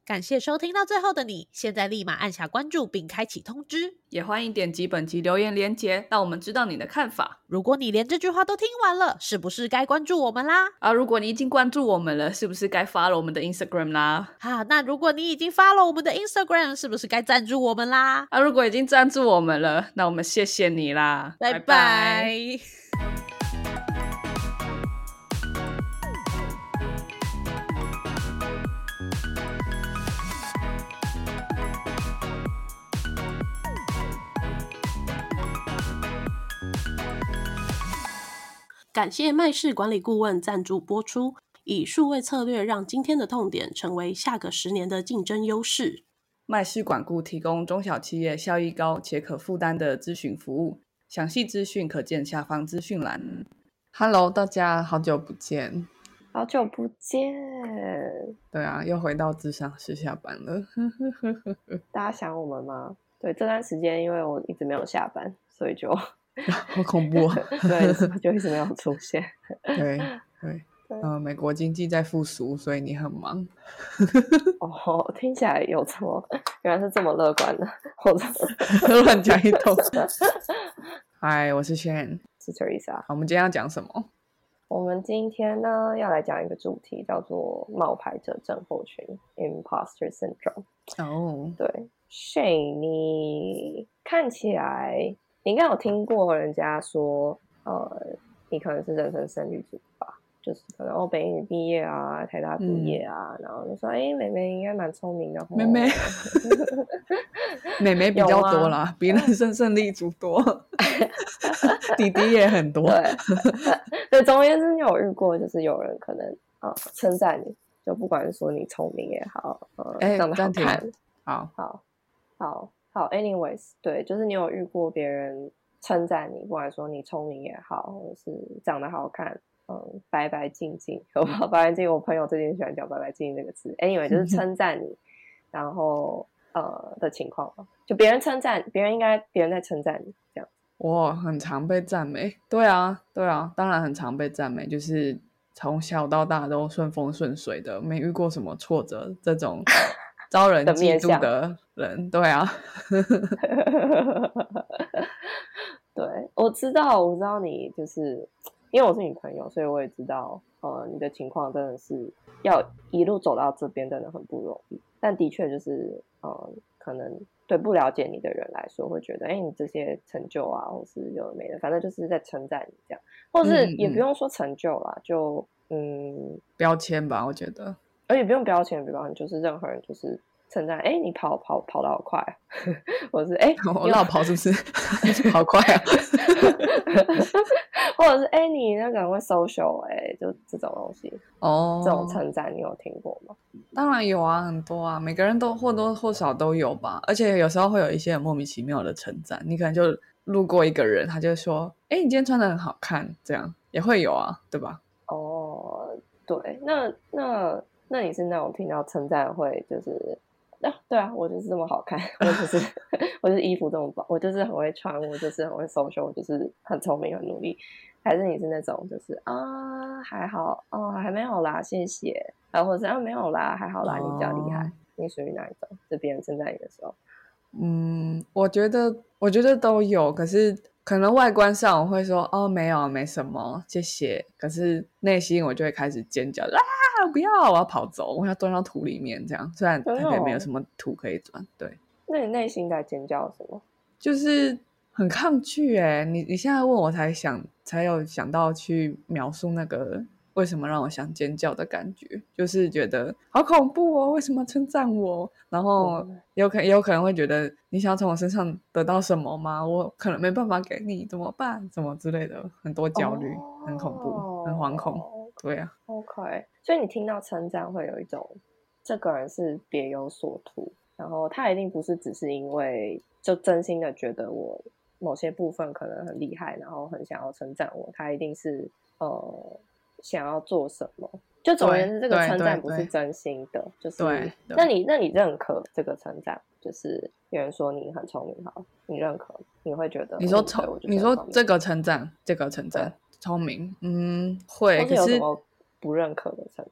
感谢收听到最后的你，现在立马按下关注并开启通知， 也欢迎点击本集留言连结，让我们知道你的看法。 如果你连这句话都听完了，是不是该关注我们啦？ 如果你已经关注我们了，是不是该 follow 我们的 Instagram 啦？ 那如果你已经 follow 我们的 Instagram， 是不是该赞助我们啦？ 如果已经赞助我们了，那我们谢谢你啦， 拜拜。 感谢麦氏管理顾问赞助播出，以数位策略让今天的痛点成为下个10年的竞争优势。 麦氏管顾提供中小企业效益高且可负担的咨询服务，详细资讯可见下方资讯栏。Hello， 大家好久不见。 好久不见。 对啊，又回到諮商室下班了。 大家想我们吗？对，这段时间因为我一直没有下班，所以就好恐怖啊。 对，就一直没有出现。 对，美国经济在复苏，所以你很忙。 哦，听起来有这么，原来是这么乐观的， 乱讲一通。嗨，我是 Shane， 是 Teresa。 好，我们今天要讲什么？ 我们今天呢要来讲一个主题，叫做冒牌者症候群 （Imposter Syndrome）。 哦， 对 ，Shane， 你看起来你应该有听过人家说，你可能是人生胜利组吧？就是可能北一女毕业啊，台大毕业啊，然后就说妹妹应该蛮聪明的。 妹妹比较多啦，比人生胜利组多。弟弟也很多。 对，总而言之，你有遇过就是有人可能称赞你，就不管是说你聪明也好，长得好看，好 ，anyways， 对，就是你有遇过别人称赞你，不管说你聪明也好，或者是长得好看。白白净净，白白净净，我朋友最近喜欢讲白白净净这个词。anyway， 就是称赞你，然后的情况嘛，就别人称赞，别人在称赞你这样。 我很常被赞美，对啊，当然很常被赞美，就是从小到大都顺风顺水的，没遇过什么挫折，这种招人嫉妒的人，对啊。 对，我知道你就是。因为我是你朋友，所以我也知道，你的情况真的是要一路走到这边真的很不容易。但的确就是，可能对不了解你的人来说，会觉得，你这些成就啊，或是有的没的，反正就是在称赞你这样，或是也不用说成就啦，就标签吧，我觉得， 而且不用标签，就是任何人就是称赞，你跑得好快，或者是我绕跑是不是好快啊？ 或者是你那个人会 social 就这种东西这种称赞你有听过吗？ 当然有啊，很多啊，每个人都或多或少都有吧，而且有时候会有一些很莫名其妙的称赞，你可能就路过一个人，他就说你今天穿得很好看，这样也会有啊，对吧？ 对，那你是那种听到称赞会就是对啊，我就是这么好看，我就是衣服这么薄，我就是很会穿，我就是很会 social， 我就是很聪明很努力，还是你是那种就是还好还没有啦，谢谢，或者是没有啦，还好啦，你比较厉害，你属于哪一种？是别人称赞你的时候？ 我觉得都有，可是可能外观上我会说没有没什么，谢谢，可是内心我就会开始尖叫不要，我要跑走，我要钻到土里面这样，虽然台北没有什么土可以钻。对， 那你内心在尖叫什么？ 就是很抗拒你现在问我才有想到去描述那个为什么让我想尖叫的感觉，就是觉得好恐怖哦，为什么称赞我？然后也有可能会觉得你想要从我身上得到什么吗？我可能没办法给你，怎么办？什么之类的，很多焦虑，很恐怖，很惶恐。对啊 ，OK， 所以你听到称赞会有一种这个人是别有所图，然后他一定不是只是因为就真心的觉得我某些部分可能很厉害，然后很想要称赞我，他一定是想要做什么。就总而言之，这个称赞不是真心的，就是那你认可这个称赞，就是有人说你很聪明，好，你认可，你会觉得你说这个称赞聪明，会，可是有什么不认可的称赞？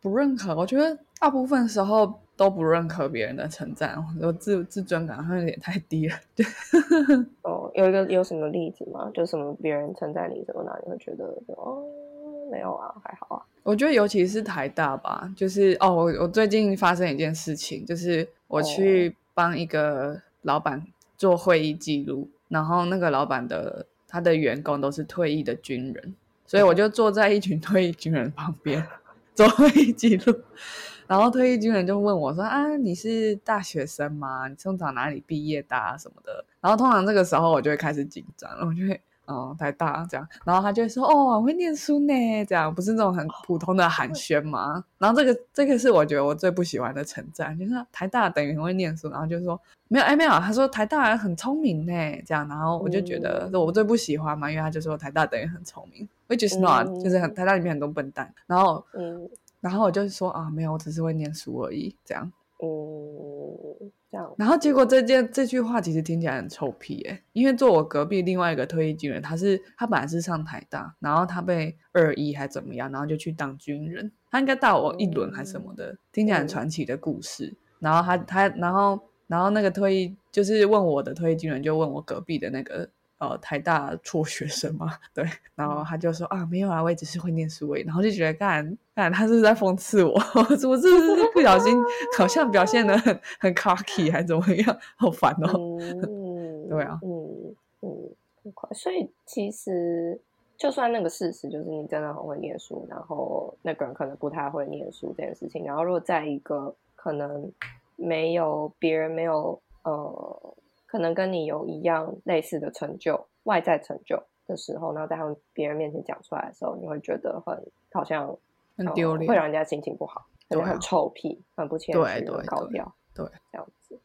不认可，我觉得大部分时候都不认可别人的称赞，我自尊感好像有点太低了。 哦，有什么例子吗？就什么别人称赞你什么哪里会觉得没有啊，还好啊。 我觉得尤其是台大吧，就是我最近发生一件事情，就是我去帮一个老板做会议记录，然后那个老板他的员工都是退役的军人，所以我就坐在一群退役军人旁边做会议记录，然后退役军人就问我说啊，你是大学生吗？你从哪里毕业的啊什么的，然后通常这个时候我就会开始紧张了，我就会台大这样，然后他就会说我会念书呢，这样不是那种很普通的寒暄吗？然后这个是我觉得我最不喜欢的称赞，就是台大等于很会念书，然后就说没有没有，他说台大人很聪明呢，这样，然后我就觉得我最不喜欢嘛，因为他就说台大等于很聪明，which is not，就是台大里面很多笨蛋，然后我就说没有，我只是会念书而已，这样。这样。然后结果这句话其实听起来很臭屁因为坐我隔壁另外一个退役军人，他本来是上台大，然后他被2-1还怎么样，然后就去当军人，他应该大我1轮还什么的，听起来很传奇的故事。然后然后那个退役就是问我的退役军人就问我隔壁的那个台大辍学生嘛，对，然后他就说没有啊，我也只是会念书而已，然后就觉得干他是不是在讽刺我？我是不是不小心好像表现得很 cocky 还怎么样？好烦对啊， 所以其实就算那个事实就是你真的很会念书，然后那个人可能不太会念书这件事情，然后如果在一个可能别人没有可能跟你有一样类似的成就，外在成就的时候，然后在别人面前讲出来的时候，你会觉得好像很丢脸， 会让人家心情不好，很臭屁，很不谦虚，很高调， 对， 这样子。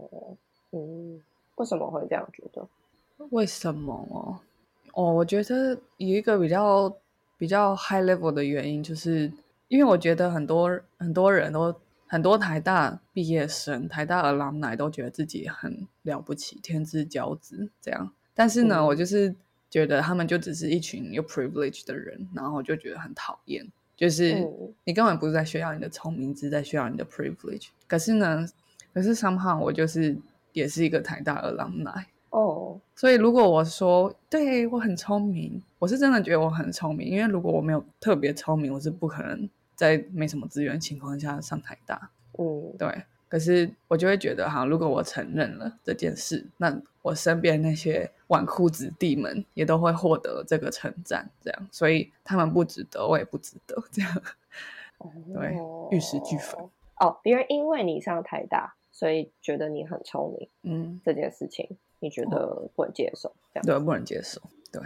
为什么会这样觉得？ 为什么我觉得有一个比较 high level 的原因，就是因为我觉得很多人都很多台大毕业生、台大 alumni 都觉得自己很了不起，天之骄子这样。但是呢，我就是觉得他们就只是一群有 privilege 的人，然后我就觉得很讨厌。就是你根本不是在炫耀你的聪明，只是在炫耀你的 privilege。可是 somehow 我就是也是一个台大 alumni。所以如果我说对我很聪明，我是真的觉得我很聪明，因为如果我没有特别聪明，我是不可能在没什么资源的情况下上台大。对。可是我就会觉得如果我承认了这件事，那我身边那些纨绔子弟们也都会获得这个称赞，这样，所以他们不值得，我也不值得，这样。对，玉石俱焚。 别人因为你上台大，所以觉得你很聪明，这件事情你觉得不能接受？这样对，不能接受。对，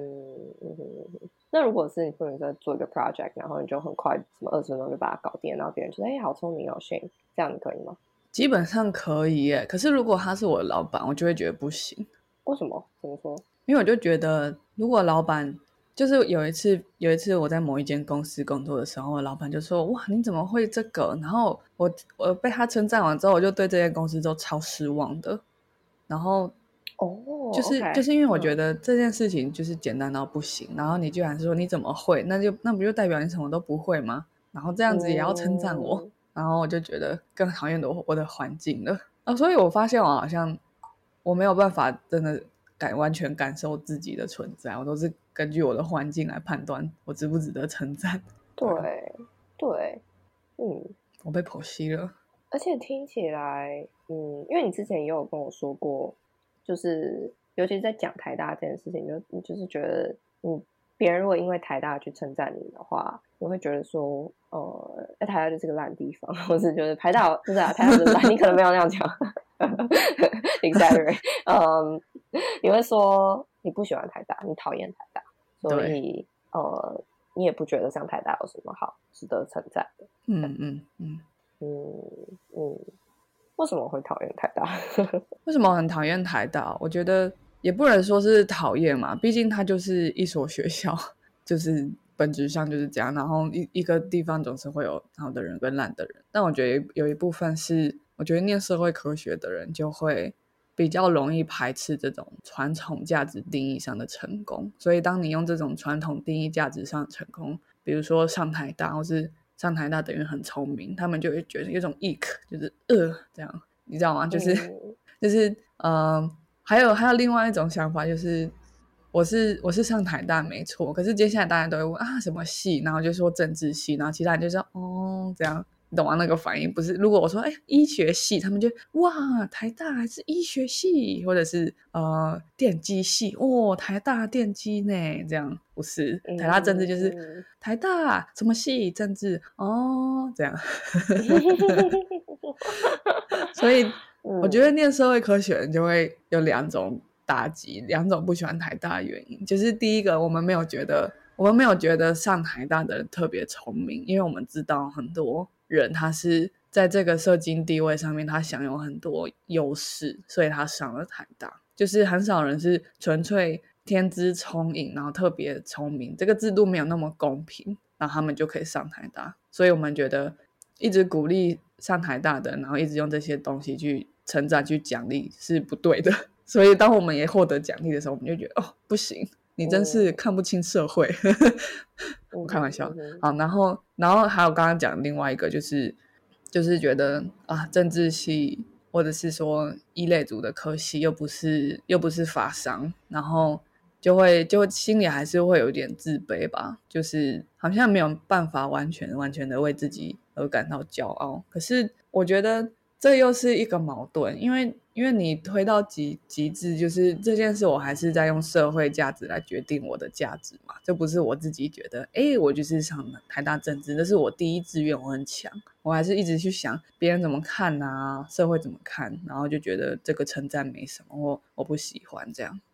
那如果是你不能在做一个 project， 然后你就很快什么20分钟就把它搞定，然后别人觉得好聪明Shane，这样你可以吗？ 基本上可以耶，可是如果他是我的老板，我就会觉得不行。 为什么？怎么说？ 因为我就觉得，如果老板就是有一次我在某一间公司工作的时候，我老板就说：“哇，你怎么会这个？”然后我被他称赞完之后，我就对这间公司都超失望的。然后就是因为我觉得这件事情就是简单到不行，然后你居然说你怎么会，那不就代表你什么都不会吗？然后这样子也要称赞我，然后我就觉得更讨厌我的环境了所以我发现我好像我没有办法真的完全感受自己的存在，我都是根据我的环境来判断我值不值得称赞。 对， 我被剖析了。 而且听起来因为你之前也有跟我说过，就是尤其是在讲台大这件事情，就是觉得别人如果因为台大去称赞你的话，你会觉得说台大就是个烂地方，或是就是台大就是台大就是烂，你可能没有那样讲exaggerate 你会说你不喜欢台大，你讨厌台大，所以你也不觉得像台大有什么好值得称赞的。为什么会讨厌台大？ 为什么很讨厌台大？我觉得也不能说是讨厌嘛，毕竟它就是一所学校，就是本质上就是这样。然后一个地方总是会有好的人跟烂的人，但我觉得有一部分是，我觉得念社会科学的人就会比较容易排斥这种传统价值定义上的成功。所以当你用这种传统定义价值上的成功，比如说上台大或是上台大等于很聪明，他们就会觉得有种 ick， 就是这样，你知道吗？就是还有另外一种想法，就是我是上台大没错，可是接下来大家都会问啊什么系，然后就说政治系，然后其他人就说哦这样，你懂吗？那个反应不是，如果我说医学系，他们就哇台大还是医学系，或者是电机系，台大电机呢，这样不是台大政治就是台大什么系政治这样所以我觉得念社会科学人就会有2种打击，2种不喜欢台大的原因，就是第一个，我们没有觉得上台大的人特别聪明，因为我们知道很多人他是在这个社经地位上面他享有很多优势，所以他上了台大，就是很少人是纯粹天资聪颖然后特别聪明，这个制度没有那么公平，然后他们就可以上台大，所以我们觉得一直鼓励上台大的，然后一直用这些东西去称赞去奖励是不对的，所以当我们也获得奖励的时候，我们就觉得不行，你真是看不清社会我开玩笑好，然后还有刚刚讲另外一个就是觉得政治系或者是说一类组的科系又不是法商，然后就心里还是会有点自卑吧，就是好像没有办法完全的为自己而感到骄傲，可是我觉得这又是一个矛盾，因为你推到极致，就是这件事我还是在用社会价值来决定我的价值嘛，这不是我自己觉得我就是上台大政治，这是我第一志愿，我很强，我还是一直去想别人怎么看啊，社会怎么看，然后就觉得这个称赞没什么，我不喜欢这样。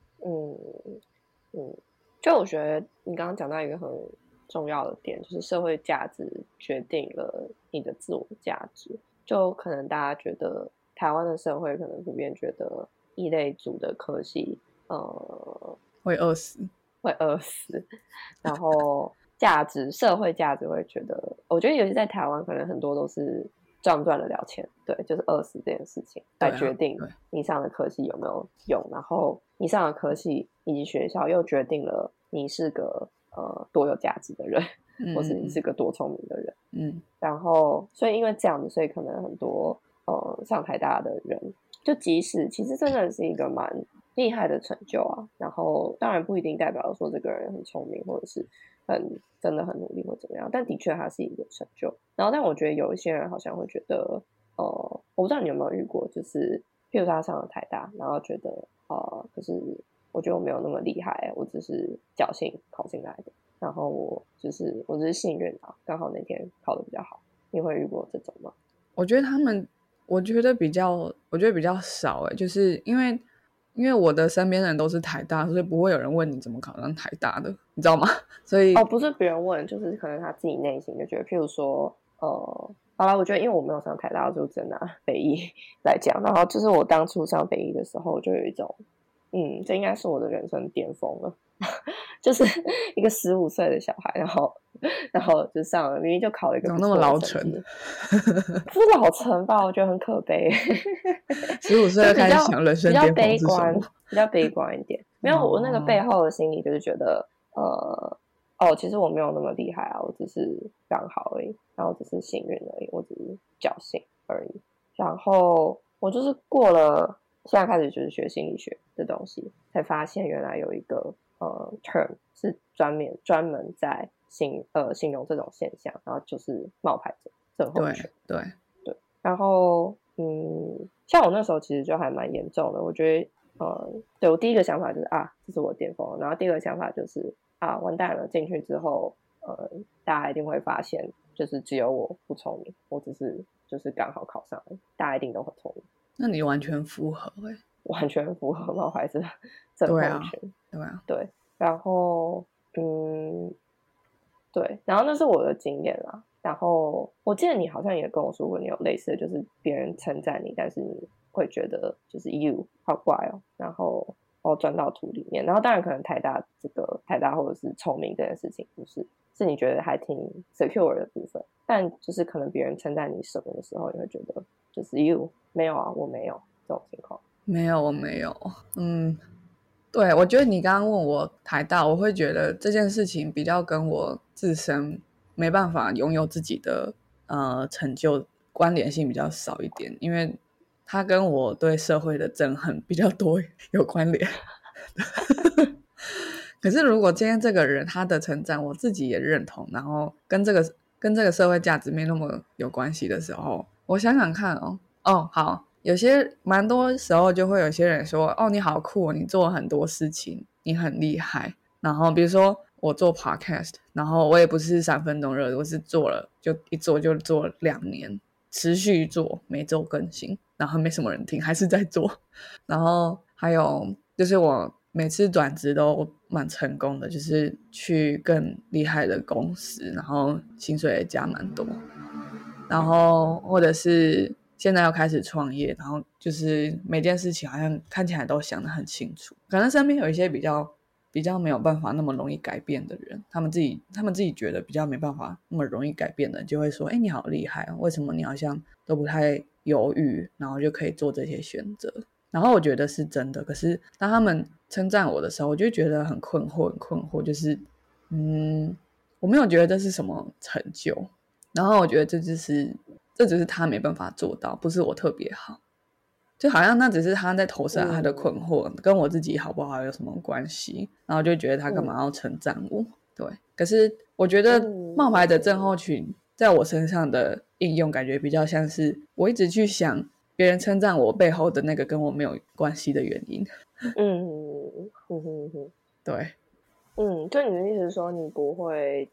就我觉得你刚刚讲到一个很重要的点，就是社会价值决定了你的自我价值，就可能大家觉得台湾的社会可能普遍觉得一类组的科系会饿死， 然后社会价值会觉得，我觉得尤其在台湾可能很多都是赚不赚得了钱，对，就是饿死这件事情来决定你上的科系有没有用，然后你上的科系以及学校又决定了你是个多有价值的人，或是你是个多聪明的人，然后所以因为这样子，所以可能很多上台大的人，就即使其实真的是一个蛮厉害的成就啊，然后当然不一定代表说这个人很聪明或者是真的很努力或怎么样，但的确他是一个成就。然后但我觉得有一些人好像会觉得我不知道你有没有遇过，就是譬如他上了台大，然后觉得可是我觉得我没有那么厉害，我只是侥幸考进来的，然后我只是幸运啊，刚好那天考得比较好。你会遇过这种吗？ 我觉得比较少就是因为我的身边人都是台大，所以不会有人问你怎么考上台大的，你知道吗？所以不是别人问，就是可能他自己内心就觉得，譬如说好啦，我觉得因为我没有上台大，就只拿北艺来讲，然后就是我当初上北艺的时候就有一种这应该是我的人生巅峰了就是一个15岁的小孩，然后就上了，明明就考了一个不错的成绩，怎么那么老成不是老成吧，我觉得很可悲 15岁就开始想人生巅峰是什么， 比较悲观一点没有，我那个背后的心理就是觉得其实我没有那么厉害啊，我只是刚好而已，然后只是幸运而已，我只是侥幸而已，然后我就是过了现在开始就是学心理学的东西，才发现原来有一个term 是专门在形容这种现象，然后就是冒牌者症候群。 对， 然后像我那时候其实就还蛮严重的，我觉得对，我第一个想法就是这是我巅峰，然后第二个想法就是完蛋了，进去之后大家一定会发现就是只有我不聪明，我只是就是刚好考上了，大家一定都很聪明。 那你完全符合完全符合冒牌者症候群。对，然后对，然后那是我的经验啦。然后我记得你好像也跟我说过，你有类似的，就是别人称赞你，但是你会觉得就是 you 好怪哦，然后钻到土里面。然后当然可能台大或者是聪明这件事情不是你觉得还挺 secure 的部分，但就是可能别人称赞你什么的时候，你会觉得就是 you 没有啊，我没有这种情况。 没有，我没有。对，我觉得你刚刚问我台大，我会觉得这件事情比较跟我自身没办法拥有自己的成就，关联性比较少一点，因为它跟我对社会的憎恨比较多有关联。可是如果今天这个人他的成长我自己也认同，然后跟这个社会价值没那么有关系的时候，我想想看好，有些蛮多时候就会有些人说你好酷，你做了很多事情，你很厉害。然后比如说我做 podcast， 然后我也不是3分钟热，我是做了就一做就做2年，持续做，每周更新，然后没什么人听，还是在做。然后还有就是我每次转职都蛮成功的，就是去更厉害的公司，然后薪水也加蛮多，然后或者是现在要开始创业，然后就是每件事情好像看起来都想得很清楚。可能身边有一些比较没有办法那么容易改变的人，他们自己觉得比较没办法那么容易改变的人，就会说你好厉害，为什么你好像都不太犹豫，然后就可以做这些选择。然后我觉得是真的，可是当他们称赞我的时候，我就觉得很困惑，就是我没有觉得这是什么成就，然后我觉得这只是他没办法做到，不是我特别好，就好像那只是他在投射他的困惑，跟我自己好不好有什么关系，然后就觉得他干嘛要称赞我。对，可是我觉得冒牌者症候群在我身上的应用感觉比较像是我一直去想别人称赞我背后的那个跟我没有关系的原因。对， 就你的意思是说你不会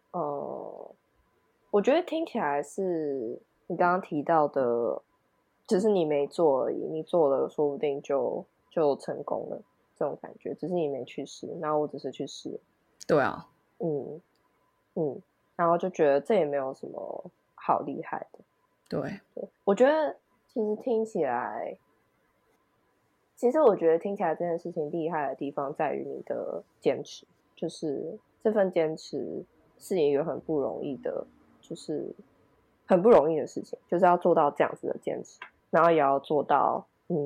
我觉得听起来是你刚刚提到的，只是你没做而已，你做了说不定就成功了，这种感觉，只是你没去试，然后我只是去试。 对啊， 然后就觉得这也没有什么好厉害的。 对， 我觉得其实我觉得听起来这件事情厉害的地方在于你的坚持，就是这份坚持是一个很不容易的事情，就是要做到这样子的坚持，然后也要做到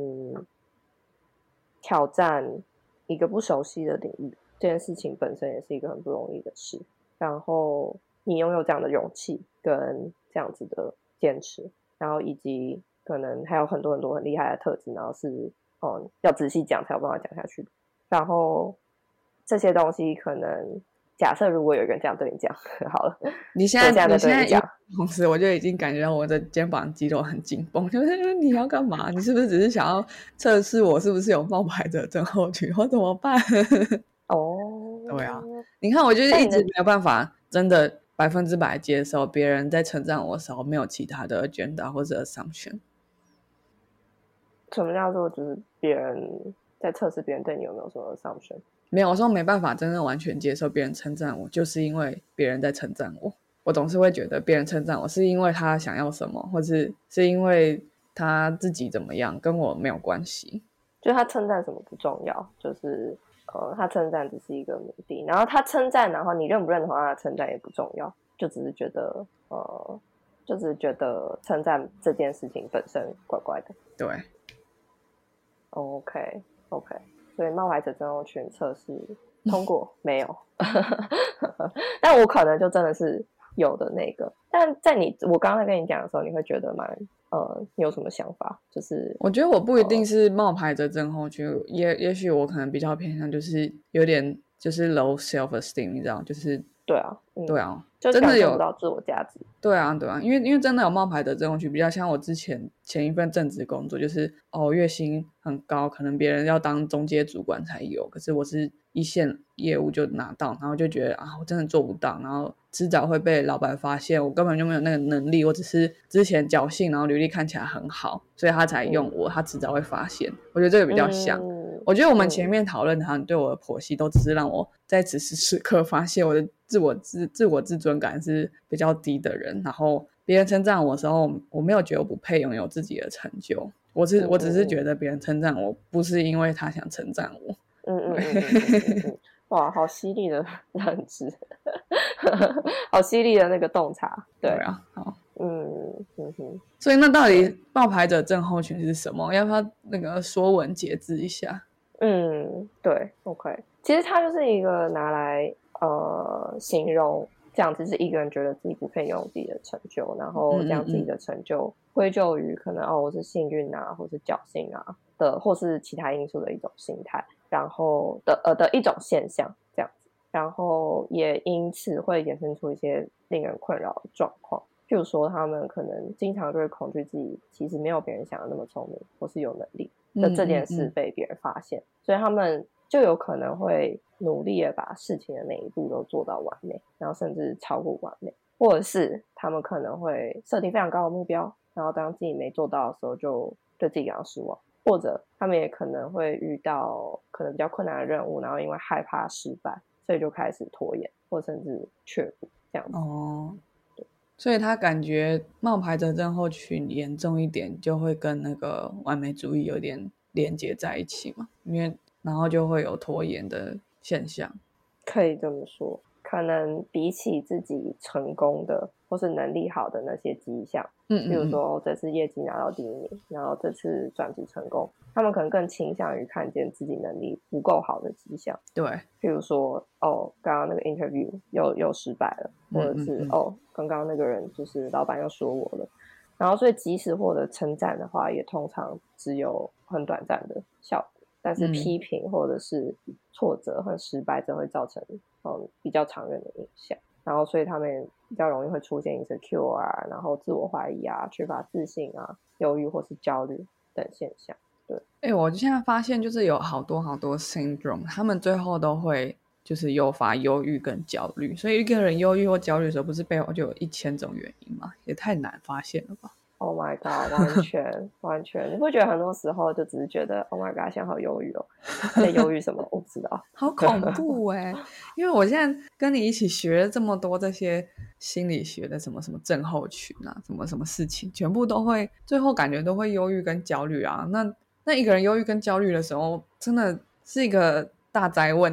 挑战一个不熟悉的领域，这件事情本身也是一个很不容易的事。然后你拥有这样的勇气跟这样子的坚持，然后以及可能还有很多很多很厉害的特质，然后是要仔细讲才有办法讲下去。然后这些东西可能假设如果有一个人这样对你讲好了， 你现在同时我就已经感觉到我的肩膀肌肉很紧绷，就是你要干嘛？你是不是只是想要测试我是不是有冒牌者症候群，我怎么办？对啊，你看我就是一直没有办法真的100%接受别人在称赞我的时候没有其他的 agenda 或者 assumption。 什么叫做就是别人在测试别人对你有没有什么 assumption？ 没有，我说没办法真正完全接受别人称赞我，就是因为别人在称赞我，我总是会觉得别人称赞我是因为他想要什么，或是因为他自己怎么样，跟我没有关系。 就是他称赞什么不重要，就是他称赞只是一个目的，然后他称赞，然后你认不认同他的称赞也不重要，就只是觉得称赞这件事情本身怪怪的。 对， OK， 所以冒牌者症候群测试通过没有？但我可能就真的是有的那个。但在我刚刚在跟你讲的时候，你会觉得你有什么想法？就是我觉得我不一定是冒牌者症候群，也许我可能比较偏向就是有点就是 low self esteem， 你知道，就是对啊， 对啊， 就真的有感受不到自我价值。 对啊，因为真的有冒牌者症候群，比较像我前一份正职工作，就是月薪很高，可能别人要当中阶主管才有，可是我是一线业务就拿到，然后就觉得我真的做不到，然后迟早会被老板发现我根本就没有那个能力，我只是之前侥幸，然后履历看起来很好，所以他才用我，他迟早会发现。我觉得这个比较像。我觉得我们前面讨论他对我的剖析都只是让我在此时此刻发现我的自我自尊感是比较低的人，然后别人称赞我的时候，我没有觉得我不配拥有自己的成就，我只是觉得别人称赞我不是因为他想称赞我。 哇，好犀利的认知，好犀利的那个洞察。对啊，好，所以那到底冒牌者症候群是什么？要不要那个说文解字一下？ 对 ，OK， 其实它就是一个拿来形容这样子是一个人觉得自己不配拥有自己的成就，然后将自己的成就归咎于可能我是幸运啊，或是侥幸啊的，或是其他因素的一种心态，然后的一种现象这样子，然后也因此会衍生出一些令人困扰的状况。譬如说他们可能经常就会恐惧自己其实没有别人想的那么聪明或是有能力的这件事被别人发现，所以他们就有可能会努力的把事情的每一步都做到完美，然后甚至超过完美，或者是他们可能会设定非常高的目标，然后当自己没做到的时候就对自己感到失望，或者他们也可能会遇到可能比较困难的任务，然后因为害怕失败所以就开始拖延或甚至却步这样子。 所以他感觉冒牌者症候群严重一点就会跟那个完美主义有点连接在一起嘛，因为然后就会有拖延的现象。 可以这么说，可能比起自己成功的或是能力好的那些迹象，比如说这次业绩拿到第1名，然后这次转职成功，他们可能更倾向于看见自己能力不够好的迹象。 对， 譬如说刚刚那个 interview 又失败了，或者是刚刚那个人就是老板又说我了，然后所以即使获得称赞的话也通常只有很短暂的效果，但是批评或者是挫折和失败则会造成比较长远的影响，然后所以他们比较容易会出现 insecure 啊，然后自我怀疑啊，缺乏自信啊，忧郁或是焦虑等现象。对， 我现在发现就是有好多 syndrome， 他们最后都会就是诱发忧郁跟焦虑，所以一个人忧郁或焦虑的时候不是背后就有1000种原因吗？也太难发现了吧。 Oh my god， 完全你会觉得很多时候就只是觉得 Oh my god 现在好忧郁在忧郁什么我不知道。 好恐怖因为我现在跟你一起学了这么多这些心理学的什么什么症候群啊，什么什么事情全部都会最后感觉都会忧郁跟焦虑啊，那一个人忧郁跟焦虑的时候真的是一个大灾问。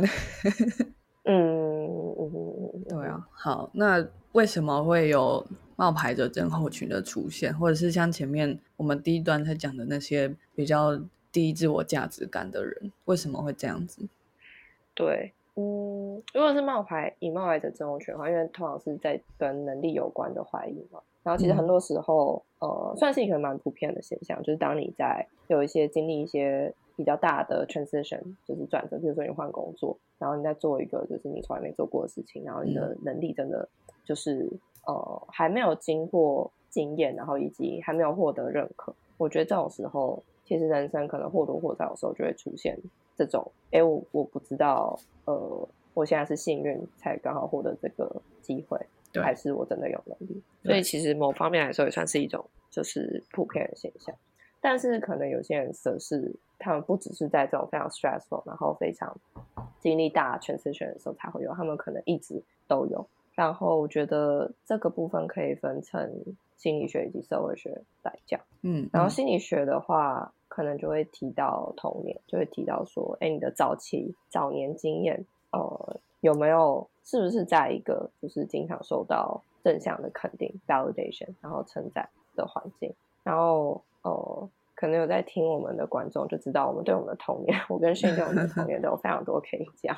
对啊。好，那为什么会有冒牌者症候群的出现，或者是像前面我们第一段在讲的那些比较低自我价值感的人为什么会这样子？ 对，如果是冒牌者症候群的话，因为通常是在跟能力有关的怀疑嘛，然后其实很多时候算是一个蛮普遍的现象，就是当你在有一些经历一些比较大的 transition 就是转折，比如说你换工作，然后你在做一个就是你从来没做过的事情，然后你的能力真的就是还没有经过经验，然后以及还没有获得认可，我觉得这种时候其实人生可能或多或少有时候就会出现这种我不知道我现在是幸运才刚好获得这个机会，还是我真的有能力，所以其实某方面来说也算是一种就是普遍的现象。但是可能有些人则是他们不只是在这种非常 stressful 然后非常经历大 transition 的时候才会有，他们可能一直都有。然后我觉得这个部分可以分成心理学以及社会学来讲。然后心理学的话可能就会提到童年，就会提到说你的早年经验有没有是不是在一个就是经常受到正向的肯定 validation 然后称赞的环境，然后可能有在听我们的观众就知道我们对我们的童年，我跟Shane对我们的童年都有非常多可以讲。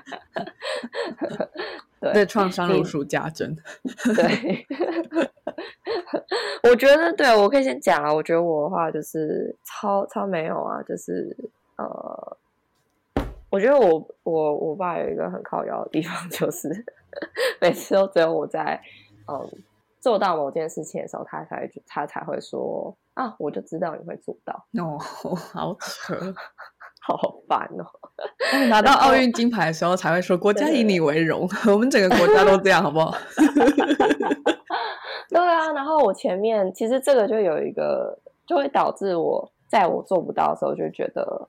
对，创伤如数家珍。 对。我觉得对，我可以先讲啊，我觉得我的话就是超没有啊，就是我觉得我爸有一个很靠腰的地方，就是每次都只有我在做到某件事情的时候，他才会说啊，我就知道你会做到。 好扯。 好烦那你拿到奥运金牌的时候才会说国家以你为荣。我们整个国家都这样好不好？ 对啊，然后我前面其实这个就有一个就会导致我在我做不到的时候就觉得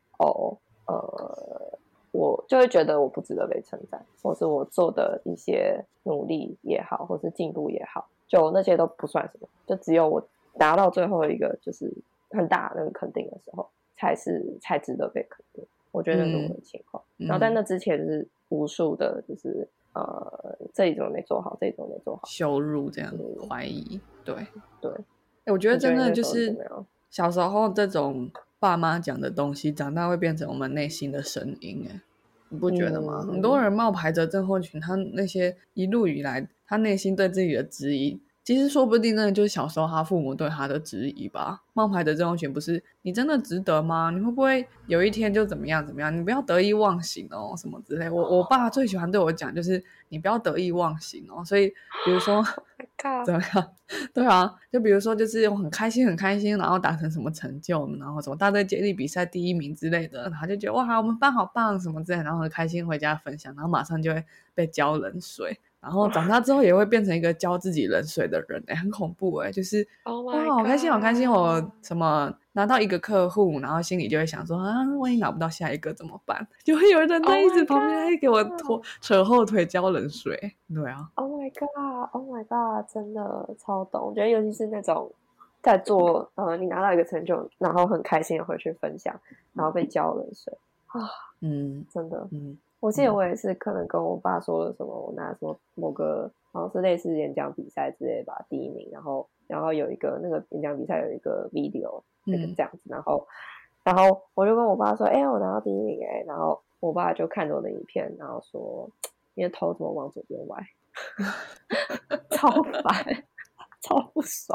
我就会觉得我不值得被称赞，或是我做的一些努力也好或是进步也好，就那些都不算什么，就只有我达到最后一个就是很大的那个肯定的时候才值得被肯定，我觉得那是我的情况。然后在那之前就是无数的就是这一种没做好，这一种没做好， 羞辱这样怀疑。对， 我觉得真的就是小时候这种爸妈讲的东西长大会变成我们内心的声音。 你不觉得吗？很多人冒牌者症候群，他那些一路以来他内心对自己的质疑，其实说不定真的就是小时候他父母对他的质疑吧。冒牌者症候群不是你真的值得吗？你会不会有一天就怎么样怎么样？你不要得意忘形哦，什么之类。我爸最喜欢对我讲就是你不要得意忘形哦。所以比如说怎么样？对啊，就比如说就是我很开心，然后达成什么成就，然后什么大队接力比赛第1名之类的，然后就觉得哇，我们班好棒什么之类的，然后很开心回家分享，然后马上就会被浇冷水。然后长大之后也会变成一个浇自己冷水的人，很恐怖就是哇，好开心，我什么拿到一个客户，然后心里就会想说啊，万一拿不到下一个怎么办？就会有人在一直旁边给我扯后腿浇冷水。对啊 ，Oh my god，真的超懂。我觉得尤其是那种在做你拿到一个成就，然后很开心的回去分享，然后被浇冷水啊，真的，我记得我也是可能跟我爸说了什么，我拿什么某个好像是类似演讲比赛之类吧，第1名，然后有一个那个演讲比赛有一个 video 这样子，然后我就跟我爸说，我拿到第1名然后我爸就看着我的影片，然后说你的头怎么往左边歪，超烦，超不爽。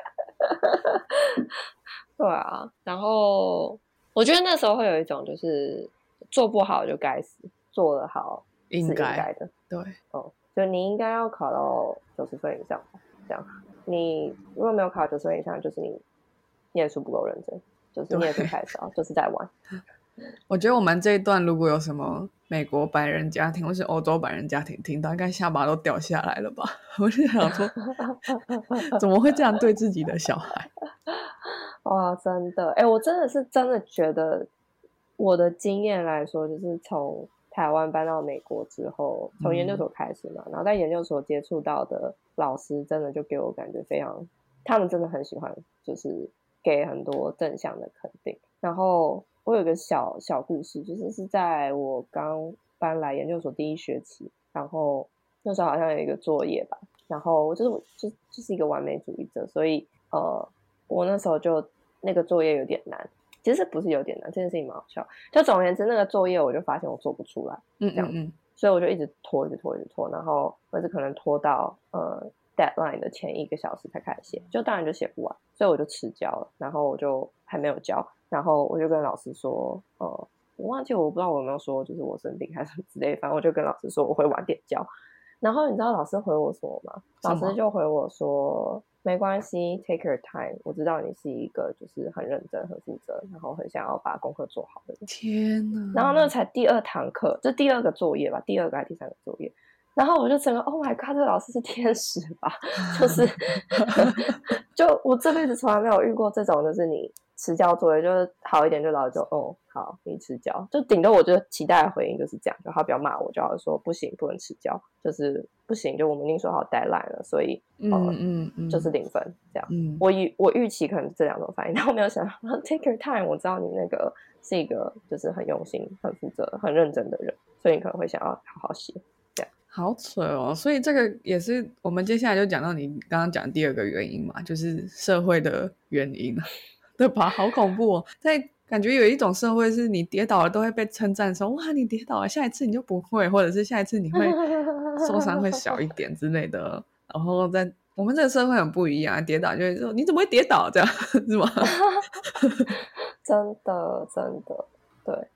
对啊，然后我觉得那时候会有一种就是做不好就该死，做得好是应该的。 对， 就你应该要考到90分以上，这样。你如果没有考90分以上，就是你念书不够认真，就是念书太少，就是在玩。 我觉得我们这一段如果有什么美国白人家庭或是欧洲白人家庭听到，应该下巴都掉下来了吧？我就想说怎么会这样对自己的小孩？ 哇，真的我真的觉得我的经验来说，就是从台湾搬到美国之后，从研究所开始嘛，然后在研究所接触到的老师真的就给我感觉非常，他们真的很喜欢就是给很多正向的肯定。然后我有一个小故事，就是在我刚搬来研究所第1学期，然后那时候好像有一个作业吧，然后我就是一个完美主义者，所以我那时候就那个作业有点难，其实不是有点难，这件事情蛮好笑。就总而言之，那个作业我就发现我做不出来，这样子，所以我就一直拖，然后或者可能拖到deadline 的前1个小时才开始写，就当然就写不完，所以我就迟交了，然后我就还没有交，然后我就跟老师说，我忘记我不知道我有没有说就是我生病还是什么之类，反正我就跟老师说我会晚点交，然后你知道老师回我什么吗？老师就回我说没关系 take your time， 我知道你是一个就是很认真很负责然后很想要把功课做好的人。 天哪！ 然后那才第2堂课，这第2个作业吧，第2个还是第3个作业，然后我就整个 Oh my god， 这个老师是天使吧，就是就我这辈子从来没有遇过这种，就是你迟交作业就是好一点就老师就好你迟交，就顶多我就期待的回应就是这样，就他不要骂我，就要说不行不能迟交，就是不行，就我们已经说好 deadline 了，所以就是0分这样。我预期可能是这2种反应，但我没有想到 take your time， 我知道你那个是一个就是很用心很负责很认真的人，所以你可能会想要好好写。 好扯哦，所以这个也是我们接下来就讲到你刚刚讲的第2个原因嘛，就是社会的原因，对吧？好恐怖哦！在感觉有一种社会是你跌倒了都会被称赞说哇你跌倒了，下一次你就不会，或者是下一次你会受伤会小一点之类的。然后在我们这个社会很不一样，跌倒就会说你怎么会跌倒这样是吗？ 真的对，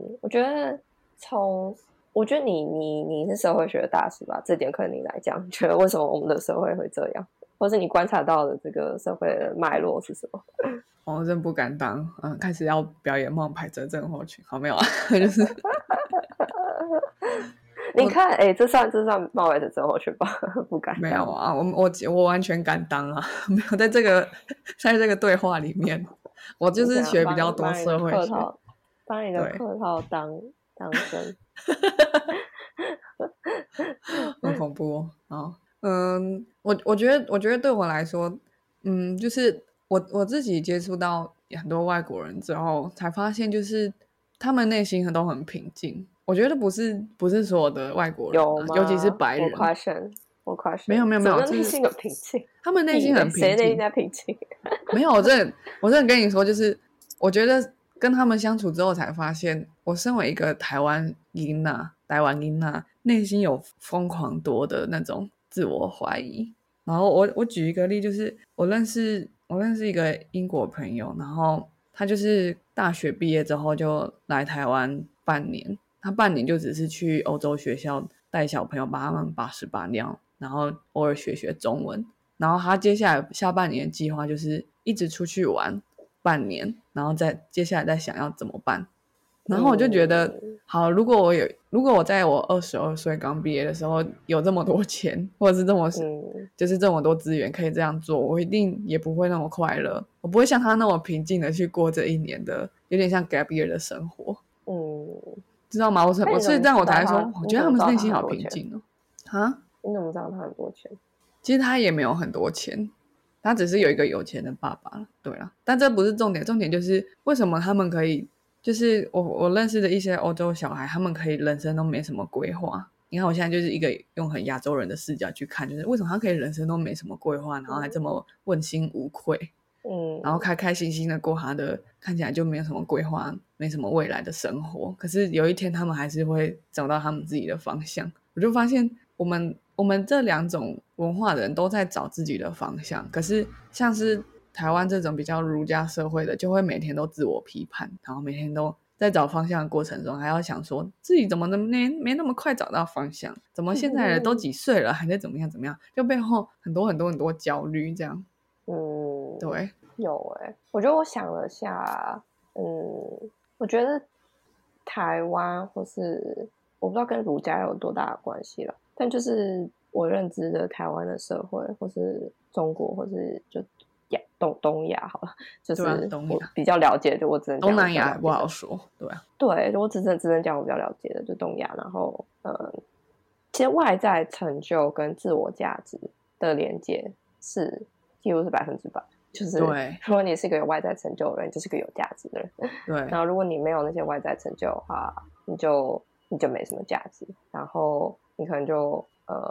我觉得你是社会学的大师吧，这点可能你来讲，你觉得为什么我们的社会会这样，或是你观察到的这个社会的脉络是什么？ 我真不敢当，开始要表演冒牌者症候群，好没有啊？就是你看，这算冒牌者症候群吧？不敢当。 没有啊，我完全敢当啊，没有在这个对话里面，我就是学比较多社会学， 帮你的客套当真。 很恐怖哦。我觉得对我来说，就是我自己接触到很多外国人之后，才发现就是他们内心都很平静。我觉得不是所有的外国人尤其是白人。 我question， 没有， 内心有平静， 他们内心很平静， 谁内心在平静？ 没有，我真的跟你说，就是我觉得跟他们相处之后才发现，我身为一个台湾囡仔内心有疯狂多的那种自我怀疑。然后我举一个例，就是我认识一个英国朋友，然后他就是大学毕业之后就来台湾半年，他半年就只是去欧洲学校带小朋友，把他们把屎把尿，然后偶尔学中文。然后他接下来下半年的计划就是一直出去玩半年，然后再接下来再想要怎么办。然后我就觉得好，如果我在我22岁刚毕业的时候有这么多钱，或者是就是这么多资源可以这样做，我一定也不会那么快乐，我不会像他那么平静的去过这一年的有点像 gap year 的生活。知道吗？所以这样我才说我觉得他们内心好平静哦。 你怎么知道他很多钱？ 其实他也没有很多钱，他只是有一个有钱的爸爸。对啦，但这不是重点，重点就是为什么他们可以，就是我认识的一些欧洲小孩，他们可以人生都没什么规划。你看我现在就是一个用很亚洲人的视角去看，就是为什么他可以人生都没什么规划，然后还这么问心无愧，然后开开心心的过他的看起来就没有什么规划，没什么未来的生活。可是有一天他们还是会找到他们自己的方向。我就发现我们这两种文化的人都在找自己的方向，可是像是台湾这种比较儒家社会的，就会每天都自我批判，然后每天都在找方向的过程中还要想说自己怎么没那么快找到方向，怎么现在人都几岁了还在怎么样，就背后很多焦虑这样。对， 有我觉得我想了下，我觉得台湾或是我不知道跟儒家有多大的关系了，但就是我认知的台湾的社会，或是中国，或是就东亚好了，就是我比较了解，就我只能讲东南亚不好说， 对，我只能讲我比较了解的，就东亚。然后其实外在成就跟自我价值的连接是几乎是100%，就是如果你是一个有外在成就的人，就是个有价值的人。 对， 然后如果你没有那些外在成就的话，你就没什么价值，然后你可能就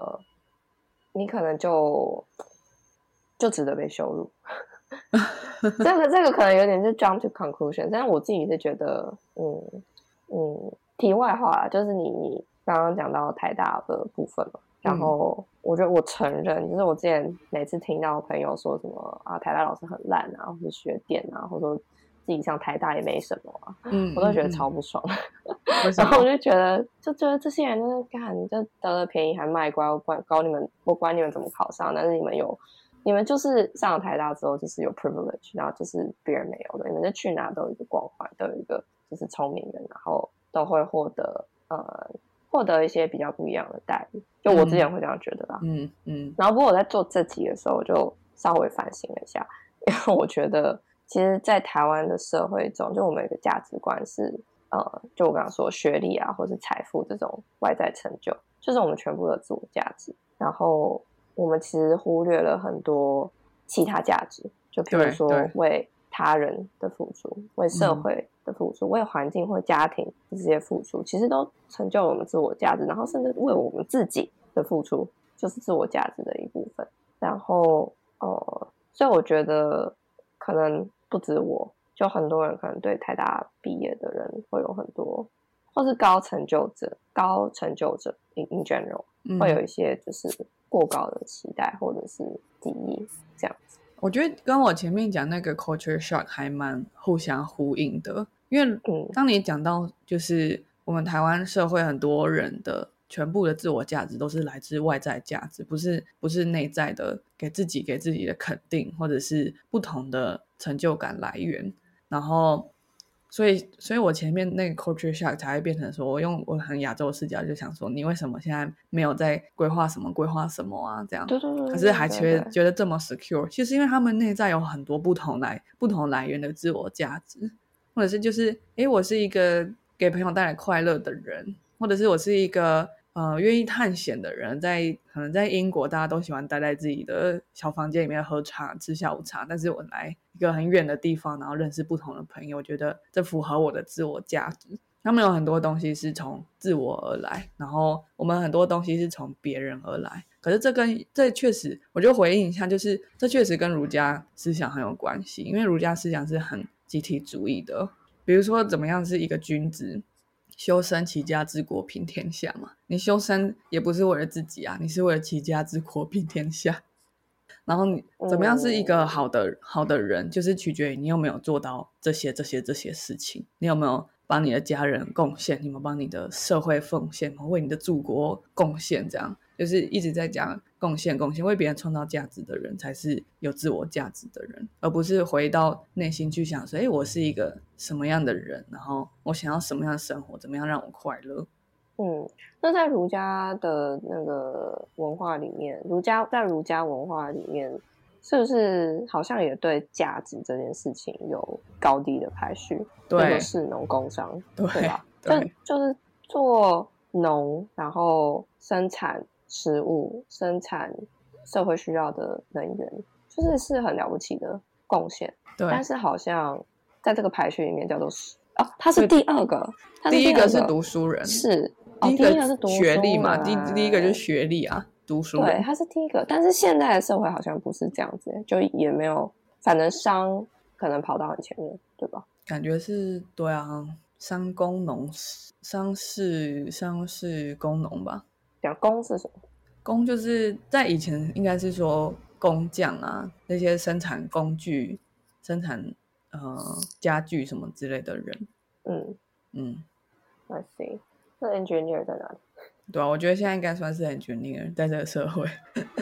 值得被羞辱。这个可能有点是 jump to conclusion， 但是我自己是觉得，题外话啦，就是你刚刚讲到台大的部分嘛，然后我觉得我承认，就是我之前每次听到朋友说什么啊，台大老师很烂啊，或者学电啊，或者说自己上台大也没什么啊，我都觉得超不爽。然后我就觉得这些人就是干，就得了便宜还卖乖，我管你们怎么考上，但是你们就是上了台大之后就是有 privilege， 然后就是别人没有的，你们就去哪都有一个光环，都有一个就是聪明人，然后都会获得一些比较不一样的待遇，就我之前会这样觉得啦。然后不过我在做这集的时候，我就稍微反省了一下，因为我觉得其实在台湾的社会中，就我们有一个价值观是就我刚刚说学历啊或是财富这种外在成就就是我们全部的自我价值，然后我们其实忽略了很多其他价值，就比如说为他人的付出，为社会的付出，为环境或家庭这些付出，其实都成就了我们自我价值，然后甚至为我们自己的付出就是自我价值的一部分。然后所以我觉得可能不止我，就很多人可能对台大毕业的人会有很多，或是高成就者 in general 会有一些就是过高的期待或者是敌意这样子。 我觉得跟我前面讲那个 culture shock 还蛮互相呼应的，因为当你讲到就是我们台湾社会很多人的全部的自我价值都是来自外在价值，不是内在的给自己的肯定或者是不同的成就感来源。然后所以我前面那个 culture shock 才会变成说，我用我很亚洲的视角就想说，你为什么现在没有在规划什么啊这样，可是还觉得这么 secure， 其实因为他们内在有很多不同来源的自我价值，或者是就是我是一个给朋友带来快乐的人，或者是我是一个愿意探险的人，可能在英国大家都喜欢待在自己的小房间里面喝茶吃下午茶，但是我来一个很远的地方，然后认识不同的朋友，我觉得这符合我的自我价值。他们有很多东西是从自我而来，然后我们很多东西是从别人而来，可是这确实我就回应一下，就是这确实跟儒家思想很有关系，因为儒家思想是很集体主义的， 比如说怎么样是一个君子，修身齐家治国平天下嘛。你修身也不是为了自己啊，你是为了齐家治国平天下。然后你怎么样是一个好的人，就是取决于你有没有做到这些事情，你有没有帮你的家人贡献，你有没有帮你的社会奉献，为你的祖国贡献，这样就是一直在讲贡献，为别人创造价值的人才是有自我价值的人，而不是回到内心去想说，我是一个什么样的人，然后我想要什么样的生活，怎么样让我快乐。 那在儒家的那个文化里面，在儒家文化里面，是不是好像也对价值这件事情有高低的排序？对，士农工商，对吧？就是做农，然后生产食物，生产社会需要的能源，是很了不起的贡献。对，但是好像在这个排序里面叫做他是第二个， 第一个是读书人， 是。 第一个是学历嘛，第一个就是学历啊，读书人。 对，他是第一个，但是现在的社会好像不是这样子，就也没有，反正商可能跑到很前面，对吧？ 感觉是，对啊，商工农商事工农吧。 讲工是什么？ 工就是在以前应该是说工匠啊，那些生产工具、生产家具什么之类的人。 I see。那 engineer 在哪里？ 对啊，我觉得现在应该算是 engineer 在这个社会。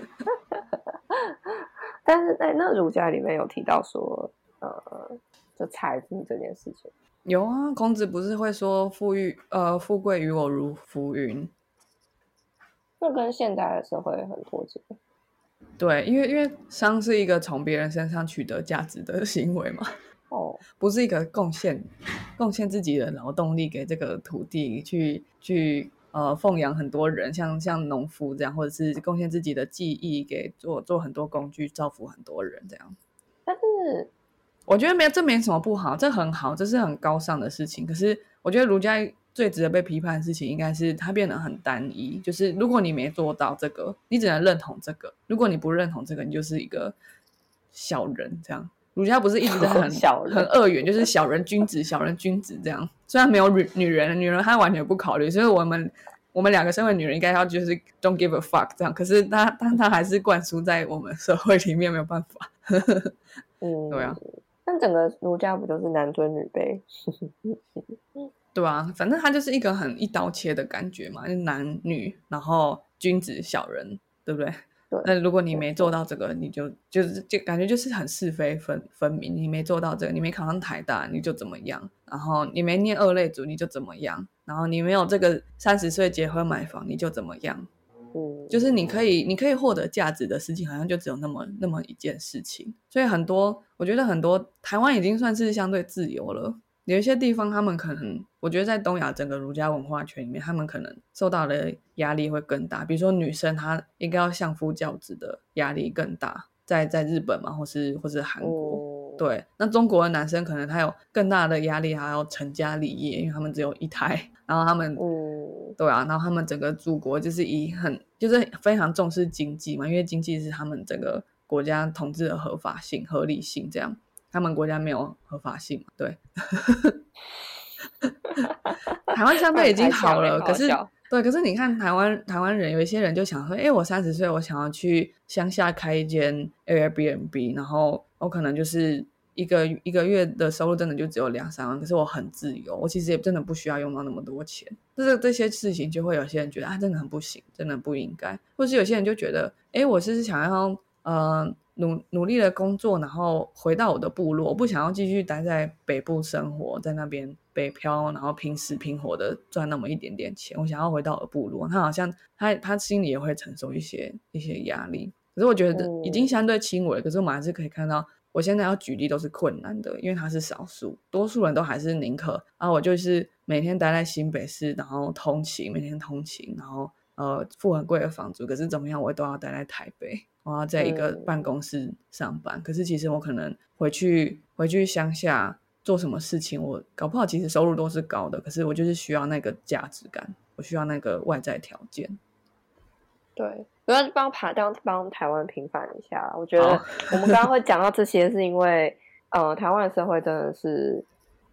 但是那儒家里面有提到说，就财富这件事情。 有啊，孔子不是会说富贵于我如浮云。 那跟现在的社会很脱节。 对，因为商是一个从别人身上取得价值的行为嘛。不是一个贡献自己的劳动力给这个土地去奉养很多人，像农夫这样，或者是贡献自己的技艺给做很多工具，造福很多人这样。 但是我觉得这没什么不好，这很好，这是很高尚的事情。可是我觉得儒家最值得被批判的事情应该是它变得很单一，就是如果你没做到这个，你只能认同这个，如果你不认同这个，你就是一个小人这样。儒家不是一直在很二元，就是小人君子这样。虽然没有女人她完全不考虑，所以我们两个身为女人应该要就是 don't give a fuck 这样。可是她还是灌输在我们社会里面，没有办法。对啊。 但整个儒家不就是男尊女卑？ 对啊，反正它就是一个很一刀切的感觉嘛，就是男女，然后君子小人，对不对？那如果你没做到这个，你就感觉就是很是非分明。你没做到这个，你没考上台大你就怎么样，然后你没念二类组你就怎么样，然后你没有这个30岁结婚买房你就怎么样。就是你可以获得价值的事情好像就只有那么一件事情。所以我觉得很多台湾已经算是相对自由了，有一些地方他们可能，我觉得在东亚整个儒家文化圈里面，他们可能受到的压力会更大。比如说女生她应该要相夫教子的压力更大，在日本嘛，或是韩国。对，那中国的男生可能他有更大的压力，还要成家立业，因为他们只有一胎，然后他们对啊，然后他们整个祖国就是就是非常重视经济嘛，因为经济是他们整个国家统治的合法性、合理性这样。他们国家没有合法性嘛？对，台湾相对已经好了，可是你看台湾人有一些人就想说，我30岁，我想要去乡下开一间 Airbnb， 然后我可能就是一个月的收入真的就只有2-3万，可是我很自由，我其实也真的不需要用到那么多钱。这些事情就会有些人觉得真的很不行，真的不应该，或是有些人就觉得，我是想要努力的工作，然后回到我的部落，我不想要继续待在北部生活，在那边北漂，然后拼死拼活的赚那么一点点钱，我想要回到我的部落。他好像他心里也会承受一些压力，可是我觉得已经相对轻微，可是我们还是可以看到，我现在要举例都是困难的，因为他是少数，多数人都还是宁可我就是每天待在新北市，然后每天通勤，然后付很贵的房租，可是怎么样我都要待在台北，我要在一个办公室上班。可是其实我可能回去乡下做什么事情，我搞不好其实收入都是高的，可是我就是需要那个价值感，我需要那个外在条件。 对，我要帮台湾平反一下。我觉得我们刚刚会讲到这些是因为台湾的社会真的是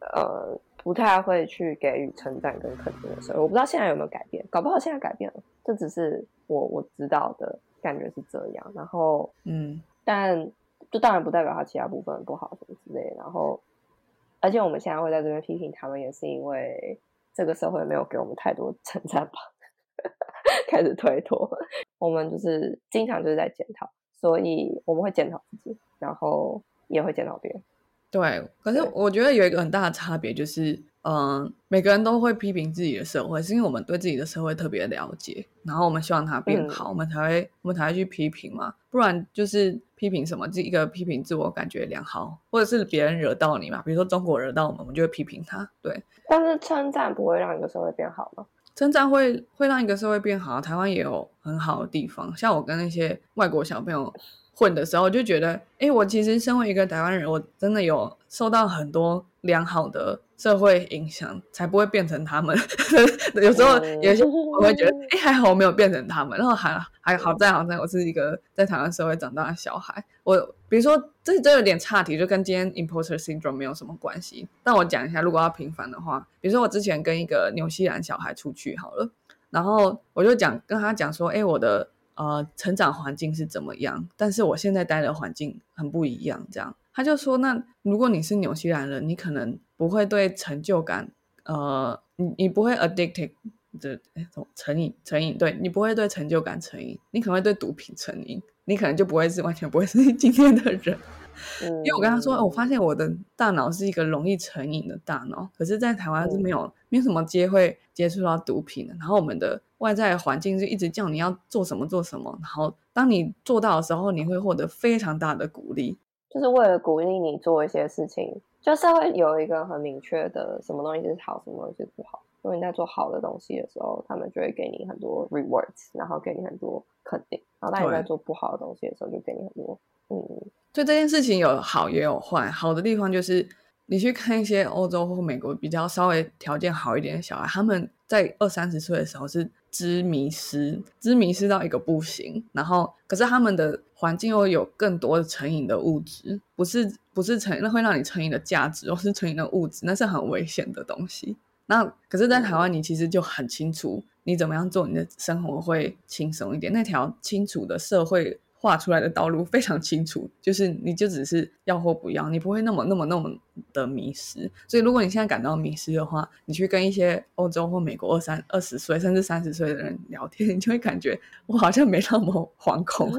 不太会去给予称赞跟肯定的社会。我不知道现在有没有改变，搞不好现在改变了，这只是我知道的感觉是这样。然后但就当然不代表他其他部分不好什么之类的。然后而且我们现在会在这边批评他们，也是因为这个社会没有给我们太多称赞吧。开始推脱，我们就是经常就是在检讨，所以我们会检讨自己，然后也会检讨别人。 对，可是我觉得有一个很大的差别就是，每个人都会批评自己的社会，是因为我们对自己的社会特别了解，然后我们希望它变好，我们才会去批评嘛，不然就是批评什么，一个批评自我感觉良好，或者是别人惹到你嘛，比如说中国惹到我们就会批评他。对， 但是称赞不会让一个社会变好吗？ 称赞会让一个社会变好，台湾也有很好的地方，像我跟那些外国小朋友混的时候，就觉得我其实身为一个台湾人，我真的有受到很多良好的社会影响，才不会变成他们。有时候有些我会觉得还好我没有变成他们，然后还好在我是一个在台湾社会长大的小孩。我比如说这有点岔题，就跟今天 imposter syndrome 没有什么关系，但我讲一下，如果要平反的话，比如说我之前跟一个纽西兰小孩出去好了，然后我就跟他讲说我的成长环境是怎么样，但是我现在待的环境很不一样，这样他就说，那如果你是纽西兰人，你可能不会对成就感你不会 addicted 的成瘾，对，你不会对成就感成瘾，你可能会对毒品成瘾，你可能就完全不会是今天的人。因为我跟他说我发现我的大脑是一个容易成瘾的大脑，可是在台湾是没有什么机会接触到毒品的，然后我们的外在的环境就一直叫你要做什么做什么，然后当你做到的时候，你会获得非常大的鼓励， 就是为了鼓励你做一些事情，就社会有一个很明确的什么东西是好，什么东西是不好。如果你在做好的东西的时候，他们就会给你很多 rewards， 然后给你很多肯定，然后当你在做不好的东西的时候，就给你很多所以这件事情有好也有坏。好的地方就是你去看一些欧洲或美国比较稍微条件好一点的小孩，他们在20-30岁的时候是知迷失到一个不行，然后可是他们的环境又有更多的成瘾的物质，不是那会让你成瘾的价值，而是成瘾的物质，那是很危险的东西。那可是在台湾你其实就很清楚你怎么样做你的生活会轻松一点，那条清楚的社会画出来的道路非常清楚，就是你就只是要或不要，你不会那么的迷失。所以如果你现在感到迷失的话，你去跟一些欧洲或美国20岁甚至30岁的人聊天，你就会感觉我好像没那么惶恐。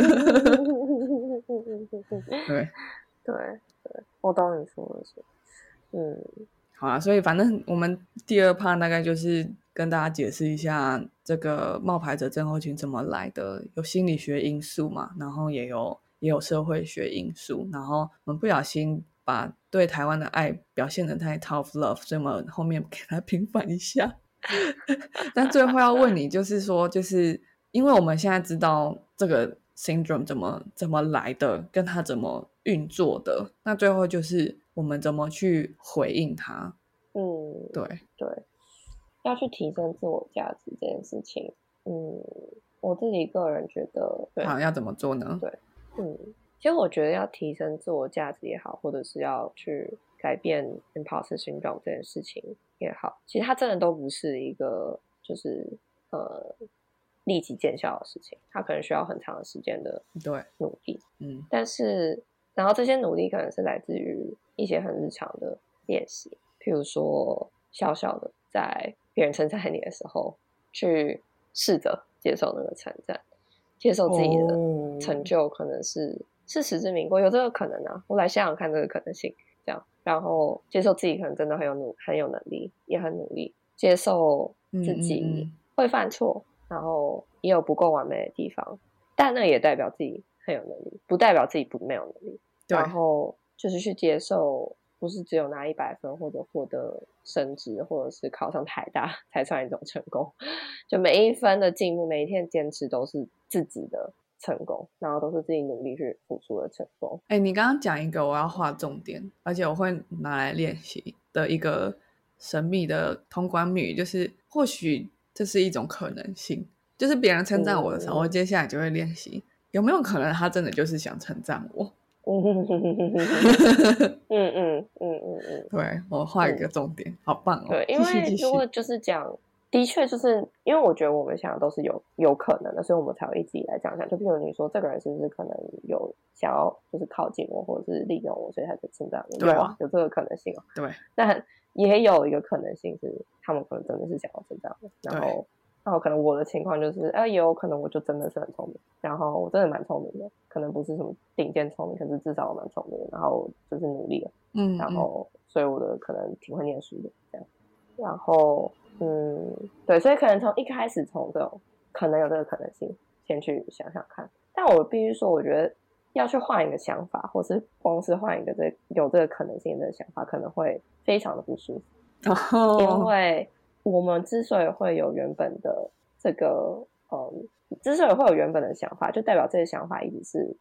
对，我懂你说的是好啦，所以反正我们第二 part 大概就是跟大家解释一下这个冒牌者症候群怎么来的，有心理学因素嘛，然后也有社会学因素，然后我们不小心把对台湾的爱表现得太 tough love， 所以我们后面给它平反一下。但最后要问你就是说，就是因为我们现在知道这个 syndrome 怎么来的，跟它怎么运作的，那最后就是我们怎么去回应它。对， 要去提升自我价值这件事情，我自己个人觉得， 好，要怎么做呢？ 对，其实我觉得要提升自我价值也好，或者是要去改变 imposter syndrome 这件事情也好，其实它真的都不是一个就是立即见效的事情，它可能需要很长的时间的努力。但是然后这些努力可能是来自于一些很日常的练习，譬如说小小的在别人称赞你的时候，去试着接受那个称赞，接受自己的成就可能是实至名归，有这个可能啊，我来想想看这个可能性，这样，然后接受自己可能真的很有能力，也很努力，接受自己会犯错，然后也有不够完美的地方，但那也代表自己很有能力，不代表自己没有能力。然后就是去接受，不是只有拿100分或者获得升职，或者是考上台大才算一种成功。就每一分的进步，每一天坚持都是自己的成功，然后都是自己努力去付出的成功。 你刚刚讲一个我要画重点，而且我会拿来练习的一个神秘的通关密语，就是或许这是一种可能性，就是别人称赞我的时候，我接下来就会练习有没有可能他真的就是想称赞我。 对，我画一个重点，好棒哦。 对，因为如果就是讲，的确就是因为我觉得我们想的都是有可能的，所以我们才会一直以来这样想。就譬如你说这个人是不是可能有想要就是靠近我，或者是利用我，所以才称赞我？ 对啊， 有这个可能性哦。 对， 但也有一个可能性是，他们可能真的是想要称赞我，然后可能我的情况就是，也有可能我就真的是很聪明，然后我真的蛮聪明的，可能不是什么顶尖聪明，可是至少我蛮聪明的，然后就是努力了，然后所以我的可能挺会念书的这样，然后对，所以可能从一开始从这种可能有这个可能性先去想想看，但我必须说，我觉得要去换一个想法，或是光是换一个有这个可能性的想法，可能会非常的不舒服，因为我们之所以会有原本的这个之所以会有原本的想法，就代表这个想法一直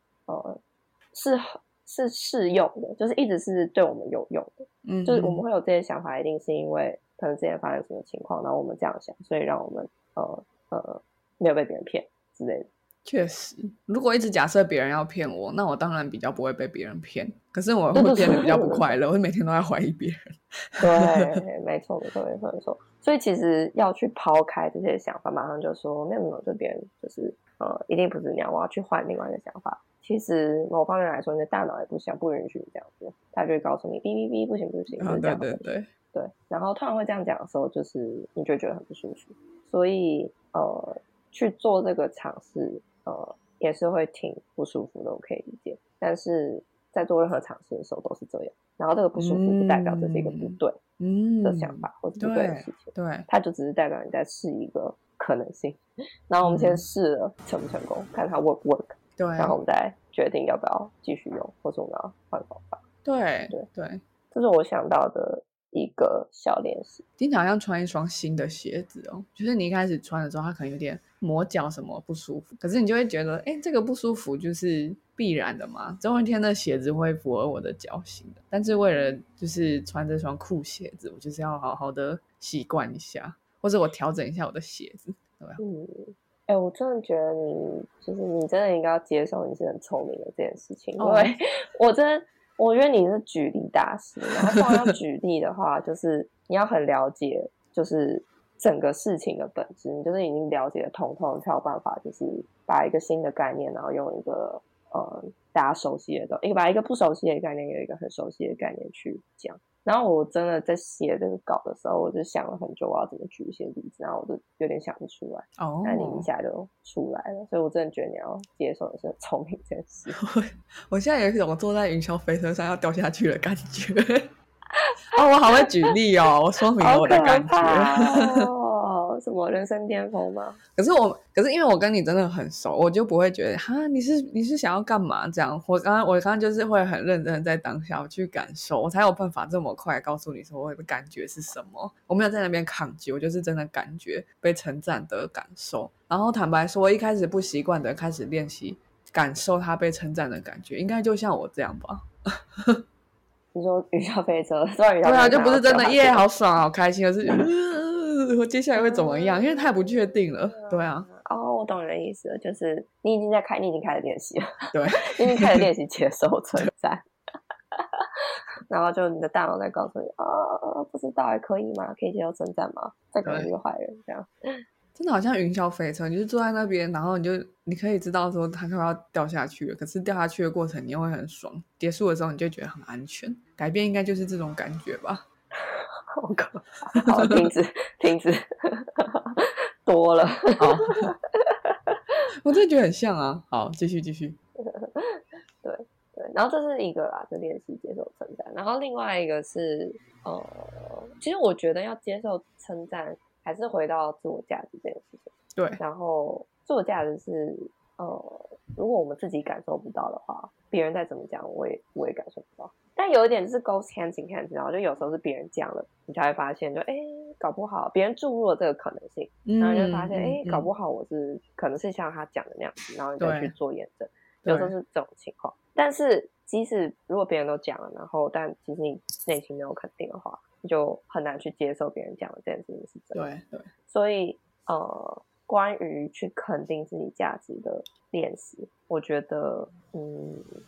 是适用的，就是一直是对我们有用的。就是我们会有这些想法，一定是因为可能之前发生什么情况，然后我们这样想，所以让我们没有被别人骗之类的。 确实，如果一直假设别人要骗我，那我当然比较不会被别人骗。可是我会变得比较不快乐，我会每天都在怀疑别人。 对，没错。所以其实要去抛开这些想法，马上就说没有，就别人就是一定不是那样，我要去换另外一个想法。其实某方面来说，你的大脑也不允许你这样子，他就会告诉你哔不行，就是这样。对。然后突然会这样讲的时候，就是你就觉得很不舒服。所以去做这个尝试。也是会挺不舒服的，我可以理解。但是在做任何尝试的时候都是这样，然后这个不舒服不代表这是一个不对的想法或者不对的事情， 对， 它就只是代表你在试一个可能性。然后我们先试了成不成功，看它 work， 对， 然后我们再决定要不要继续用，或者我们要换方法。 对， 这是我想到的一个小练习。 听起来好像穿一双新的鞋子哦，就是你一开始穿的时候，它可能有点磨脚什么不舒服，可是你就会觉得，这个不舒服就是必然的嘛，总有一天的鞋子会符合我的脚型的。但是为了就是穿这双酷鞋子，我就是要好好的习惯一下，或者我调整一下我的鞋子，对吧？ 我真的觉得你真的应该要接受你是很聪明的这件事情，因为我觉得你是举例大师，然后光要举例的话，就是你要很了解，就是整个事情的本质，你就是已经了解通才有办法，就是把一个新的概念，然后用一个大家熟悉的把一个不熟悉的概念有一个很熟悉的概念去讲。然后我真的在写这个稿的时候，我就想了很久我要怎么举一些例子，然后我就有点想不出来。但你一下就出来了，所以我真的觉得你要接受你是很聪明这件事。 我现在有一种坐在云霄飞车上要掉下去的感觉。我好会举例哦，我说明了我的感觉。 什么人生巅峰吗？ 可是因为我跟你真的很熟，我就不会觉得你是想要干嘛这样。我刚刚就是会很认真的在当下去感受，我才有办法这么快告诉你说我的感觉是什么。我没有在那边抗拒，我就是真的感觉被称赞的感受。然后坦白说，我一开始不习惯的开始练习感受他被称赞的感觉，应该就像我这样吧。 你说云霄飞车， 对啊，就不是真的耶好爽好开心，而是我接下来会怎么样？因为太不确定了。对啊。 我懂你的意思了，就是你已经开始练习了。 对， 你已经开始练习接受称赞。然后就你的大脑在告诉你不知道可以吗？可以接受称赞吗？这可能是个坏人这样。 真的好像云霄飞车，你就坐在那边，然后你可以知道说它快要掉下去了，可是掉下去的过程你又会很爽，结束的时候你就觉得很安全。改变应该就是这种感觉吧。 好可怕。好，停止多了。 好。我真的觉得很像啊。好，继续对，然后这是一个啦，就练习接受称赞。然后另外一个是其实我觉得要接受称赞还是回到自我价值这件事情。 对， 然后自我价值是如果我们自己感受不到的话，别人再怎么讲我也感受不到。但有一点就是 goes hand in hand， 然后就有时候是别人讲了，你才会发现就搞不好别人注入了这个可能性，然后就会发现搞不好我是可能是像他讲的那样子，然后你再去做验证。有时候是这种情况。但是即使如果别人都讲了，然后但其实你内心没有肯定的话，你就很难去接受别人讲的这件事情是真的。 对。 所以关于去肯定自己价值的练习，我觉得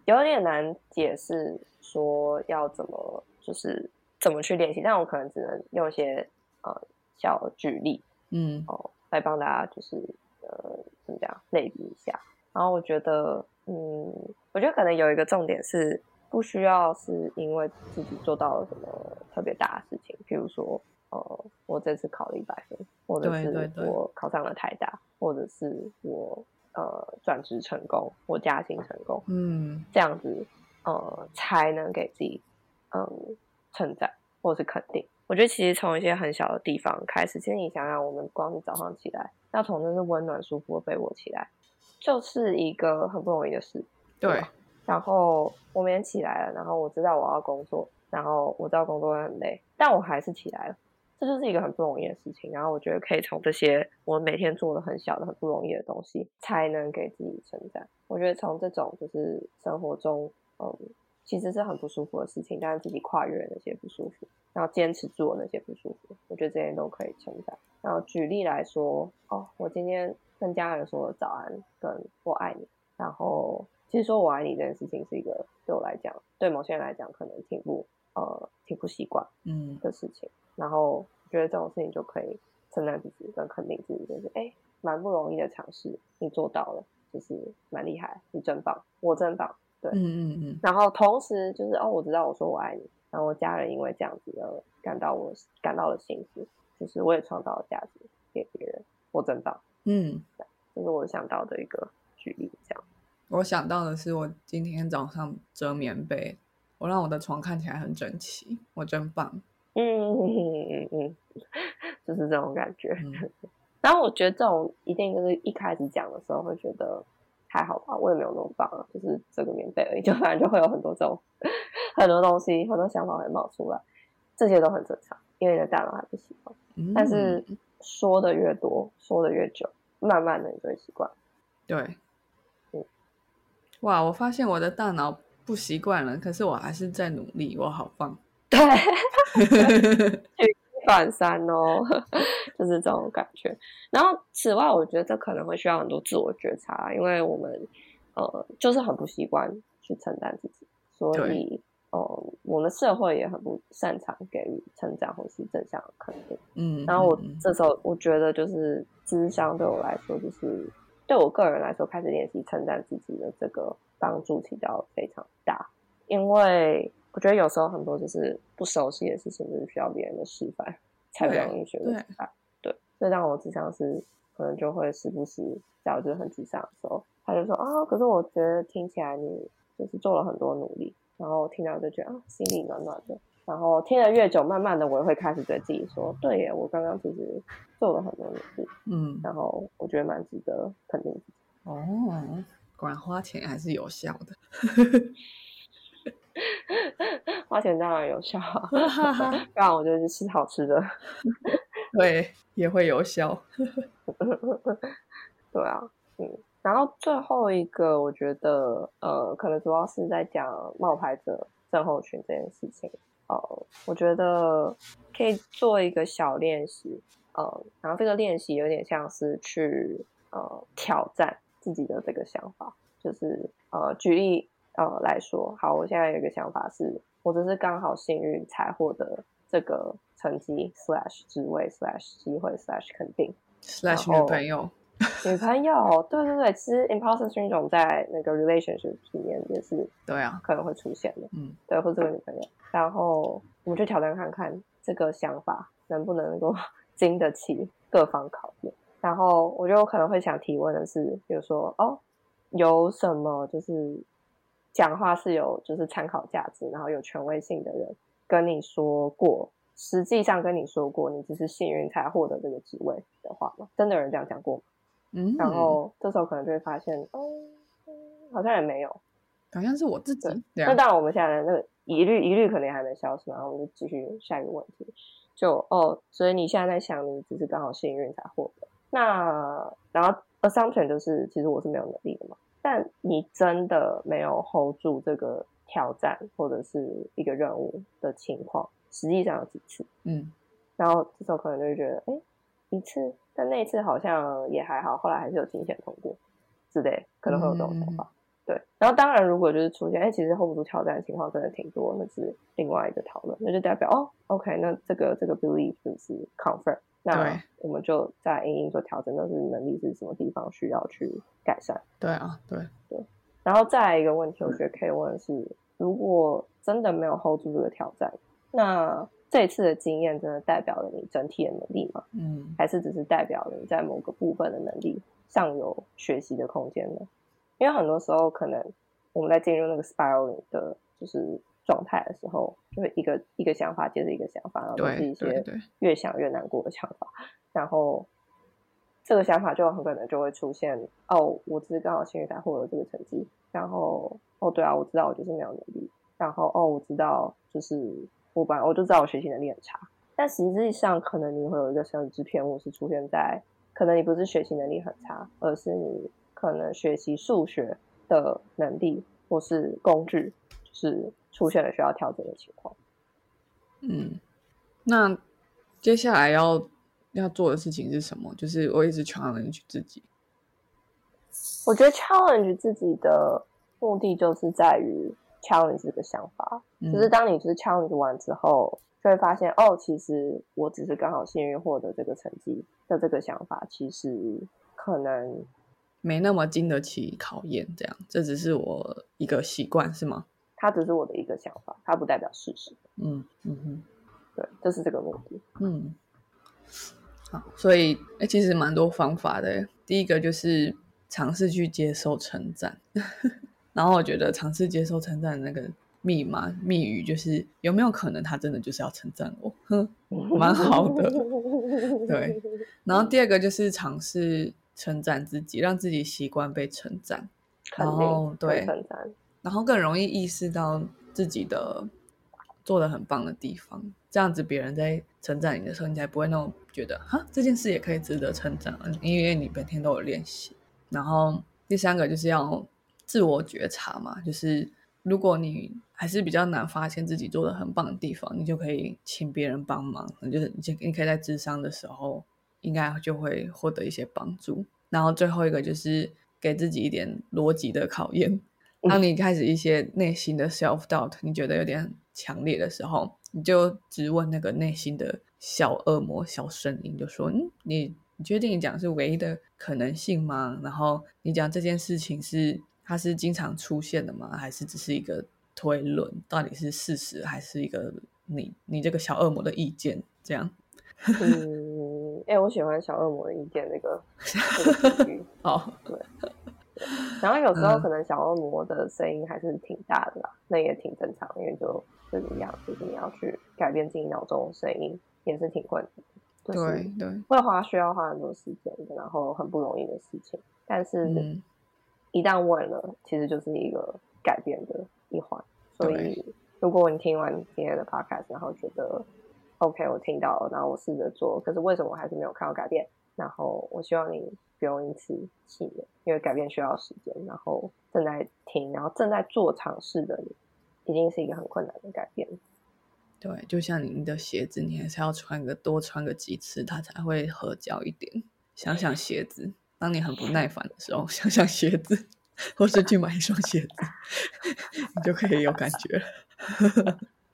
有点难解释说要怎么去练习，但我可能只能用一些小举例，来帮大家就是怎么讲类比一下。然后我觉得可能有一个重点是不需要是因为自己做到了什么特别大的事情，譬如说我这次考了100分，或者是我考上了台大，或者是我转职成功，我加薪成功，这样子才能给自己称赞或是肯定。我觉得其实从一些很小的地方开始，其实你想想，我们光是早上起来要从那是温暖舒服的被窝起来，就是一个很不容易的事。 对。 然后我明天起来了，然后我知道我要工作，然后我知道工作会很累，但我还是起来了，这就是一个很不容易的事情。然后我觉得可以从这些我每天做的很小的很不容易的东西，才能给自己称赞。我觉得从这种就是生活中其实是很不舒服的事情，但是自己跨越那些不舒服，然后坚持住了那些不舒服，我觉得这些都可以称赞。然后举例来说，我今天跟家人说了早安跟我爱你，然后其实说我爱你这件事情是一个对我来讲，对某些人来讲可能挺不习惯的事情，然后我觉得这种事情就可以称赞自己跟肯定自己，就是蛮不容易的尝试，你做到了，就是蛮厉害，你真棒，我真棒，对，然后同时就是我知道我说我爱你，然后我家人因为这样子而感到了幸福，就是我也创造了价值给别人，我真棒，这是我想到的一个举例，这样。 我想到的是我今天早上折棉被，我让我的床看起来很整齐，我真棒。 就是这种感觉。然后我觉得这种一定就是一开始讲的时候会觉得还好吧，我也没有那么棒啊，就是这个棉被而已，就反正就会有很多这种很多东西，很多想法会冒出来，这些都很正常，因为你的大脑还不习惯。但是说的越多，说的越久，慢慢的你就会习惯。 对，哇，我发现我的大脑不习惯了，可是我还是在努力，我好棒。 对，反三哦，就是这种感觉。然后此外，我觉得这可能会需要很多自我觉察，因为我们就是很不习惯去承担自己，所以我们社会也很不擅长给予称赞或是正向的肯定。然后这时候我觉得就是諮商对我来说，就是对我个人来说，开始练习称赞自己的这个帮助起到非常大，因为我觉得有时候很多就是不熟悉的事情，就是需要别人的示范才比较容易学得出来。对，所以让我咨商师可能就会时不时在我就是很沮丧的时候，他就说可是我觉得听起来你就是做了很多努力，然后听到就觉得心里暖暖的。然后听得越久，慢慢的我也会开始对自己说，对耶，我刚刚其实做了很多努力，然后我觉得蛮值得肯定自己。 果然花钱还是有效的。 花钱当然有效，不然我就去吃好吃的。 对，也会有效。 对啊，然后最后一个，我觉得可能主要是在讲冒牌者症候群这件事情。我觉得可以做一个小练习，然后这个练习有点像是去挑战自己的这个想法，就是举例来说，好，我现在有一个想法是，我只是刚好幸运才获得这个成绩/职位/机会/肯定 /女朋友。 女朋友，对对对，其实 imposter syndrome 在那个 relationship 里面也是对啊， 可能会出现的，对，或者这个女朋友，然后我们去挑战看看这个想法能不能够经得起各方考验。然后我就可能会想提问的是，比如说有什么就是讲话是有就是参考价值，然后有权威性的人跟你说过，实际上跟你说过你只是幸运才获得这个职位的话吗？真的有人这样讲过吗？然后这时候可能就会发现好像也没有， 好像是我自己。 那当然我们现在的那个疑虑可能也还没消失，然后我们就继续下一个问题，就所以你现在在想你只是刚好幸运才获得，那然后 assumption 就是其实我是没有能力的嘛，但你真的没有 hold 住这个挑战或者是一个任务的情况，实际上有几次？然后这时候可能就会觉得一次，但那一次好像也还好，后来还是有惊险通过之类，可能会有这种想法。对， 然后当然如果就是出现其实 hold 不住挑战的情况真的挺多，那是另外一个讨论，那就代表OK 那这个 belief 就是 confirm， 那我们就在因应做调整，那是能力是什么地方需要去改善。 对啊，对。 然后再来一个问题我觉得可以问的是，如果真的没有 hold 住这个挑战，那这一次的经验真的代表了你整体的能力吗？还是只是代表了你在某个部分的能力上有学习的空间呢？因为很多时候可能我们在进入那个 spiraling 的就是状态的时候，就会一个想法接着一个想法，然后都是一些越想越难过的想法，然后这个想法就很可能就会出现我只是刚好幸运才获得这个成绩，然后对啊我知道我就是没有能力，然后我知道就是我就知道我学习能力很差，但实际上可能你会有一个认知偏误是出现在可能你不是学习能力很差，而是你可能学习数学的能力或是工具就是出现了需要调整的情况。 那接下来要做的事情是什么？就是我一直 challenge 自己。 我觉得 challenge 自己的目的就是在于 challenge 这个想法，就是当你就是 challenge 完之后就会发现其实我只是刚好幸运获得这个成绩的这个想法其实可能没那么经得起考验，这只是我一个习惯是吗？ 它只是我的一个想法，它不代表事实。对，这是这个目的。 好，所以其实蛮多方法的。第一个就是尝试去接受称赞然后我觉得尝试接受称赞的那个密语就是有没有可能他真的就是要称赞我，蛮好的对。然后第二个就是尝试称赞自己，让自己习惯被称赞，然后对，然后更容易意识到自己的做得很棒的地方，这样子别人在称赞你的时候你才不会那种觉得这件事也可以值得称赞，因为你每天都有练习。然后第三个就是要自我觉察嘛，就是如果你还是比较难发现自己做得很棒的地方，你就可以请别人帮忙，就是你可以在諮商的时候应该就会获得一些帮助。然后最后一个就是给自己一点逻辑的考验，当你开始一些内心的 self doubt 你觉得有点强烈的时候，你就质问那个内心的小恶魔小声音，就说你确定你讲的是唯一的可能性吗？然后你讲这件事情它是经常出现的吗？还是只是一个推论？到底是事实还是一个你这个小恶魔的意见？这样我喜欢小恶魔的意见这个比喻对。然后有时候可能小恶魔的声音还是挺大的啦，那也挺正常，因为就是一样，就是你要去改变自己脑中的声音也是挺困难的，就是需要花很多时间的，然后很不容易的事情，但是一旦问了其实就是一个改变的一环。所以如果你听完今天的 podcast 然后觉得 OK 我听到了，然后我试着做，可是为什么我还是没有看到改变，然后我希望你不用因此气馁，因为改变需要时间，然后正在听然后正在做尝试的你已经是一个很困难的改变。 对，就像你的鞋子你还是要多穿个几次它才会合脚一点。想想鞋子，当你很不耐烦的时候想想鞋子，或是去买一双鞋子你就可以有感觉了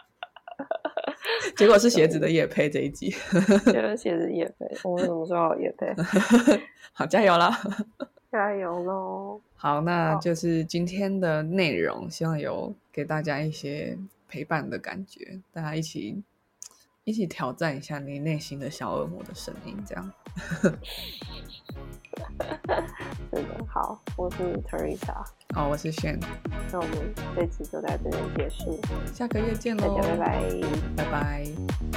结果是鞋子的业配这一集就是鞋子业配，我们什么时候有业配好，加油啦加油咯。 好，那就是今天的内容，希望有给大家一些陪伴的感觉，大家一起挑战一下你内心的小恶魔的声音，这样是的。好，我是 Teresa， 我是 Shane， 那我们这期就在这边结束， 下个月见咯， 大家拜拜拜拜。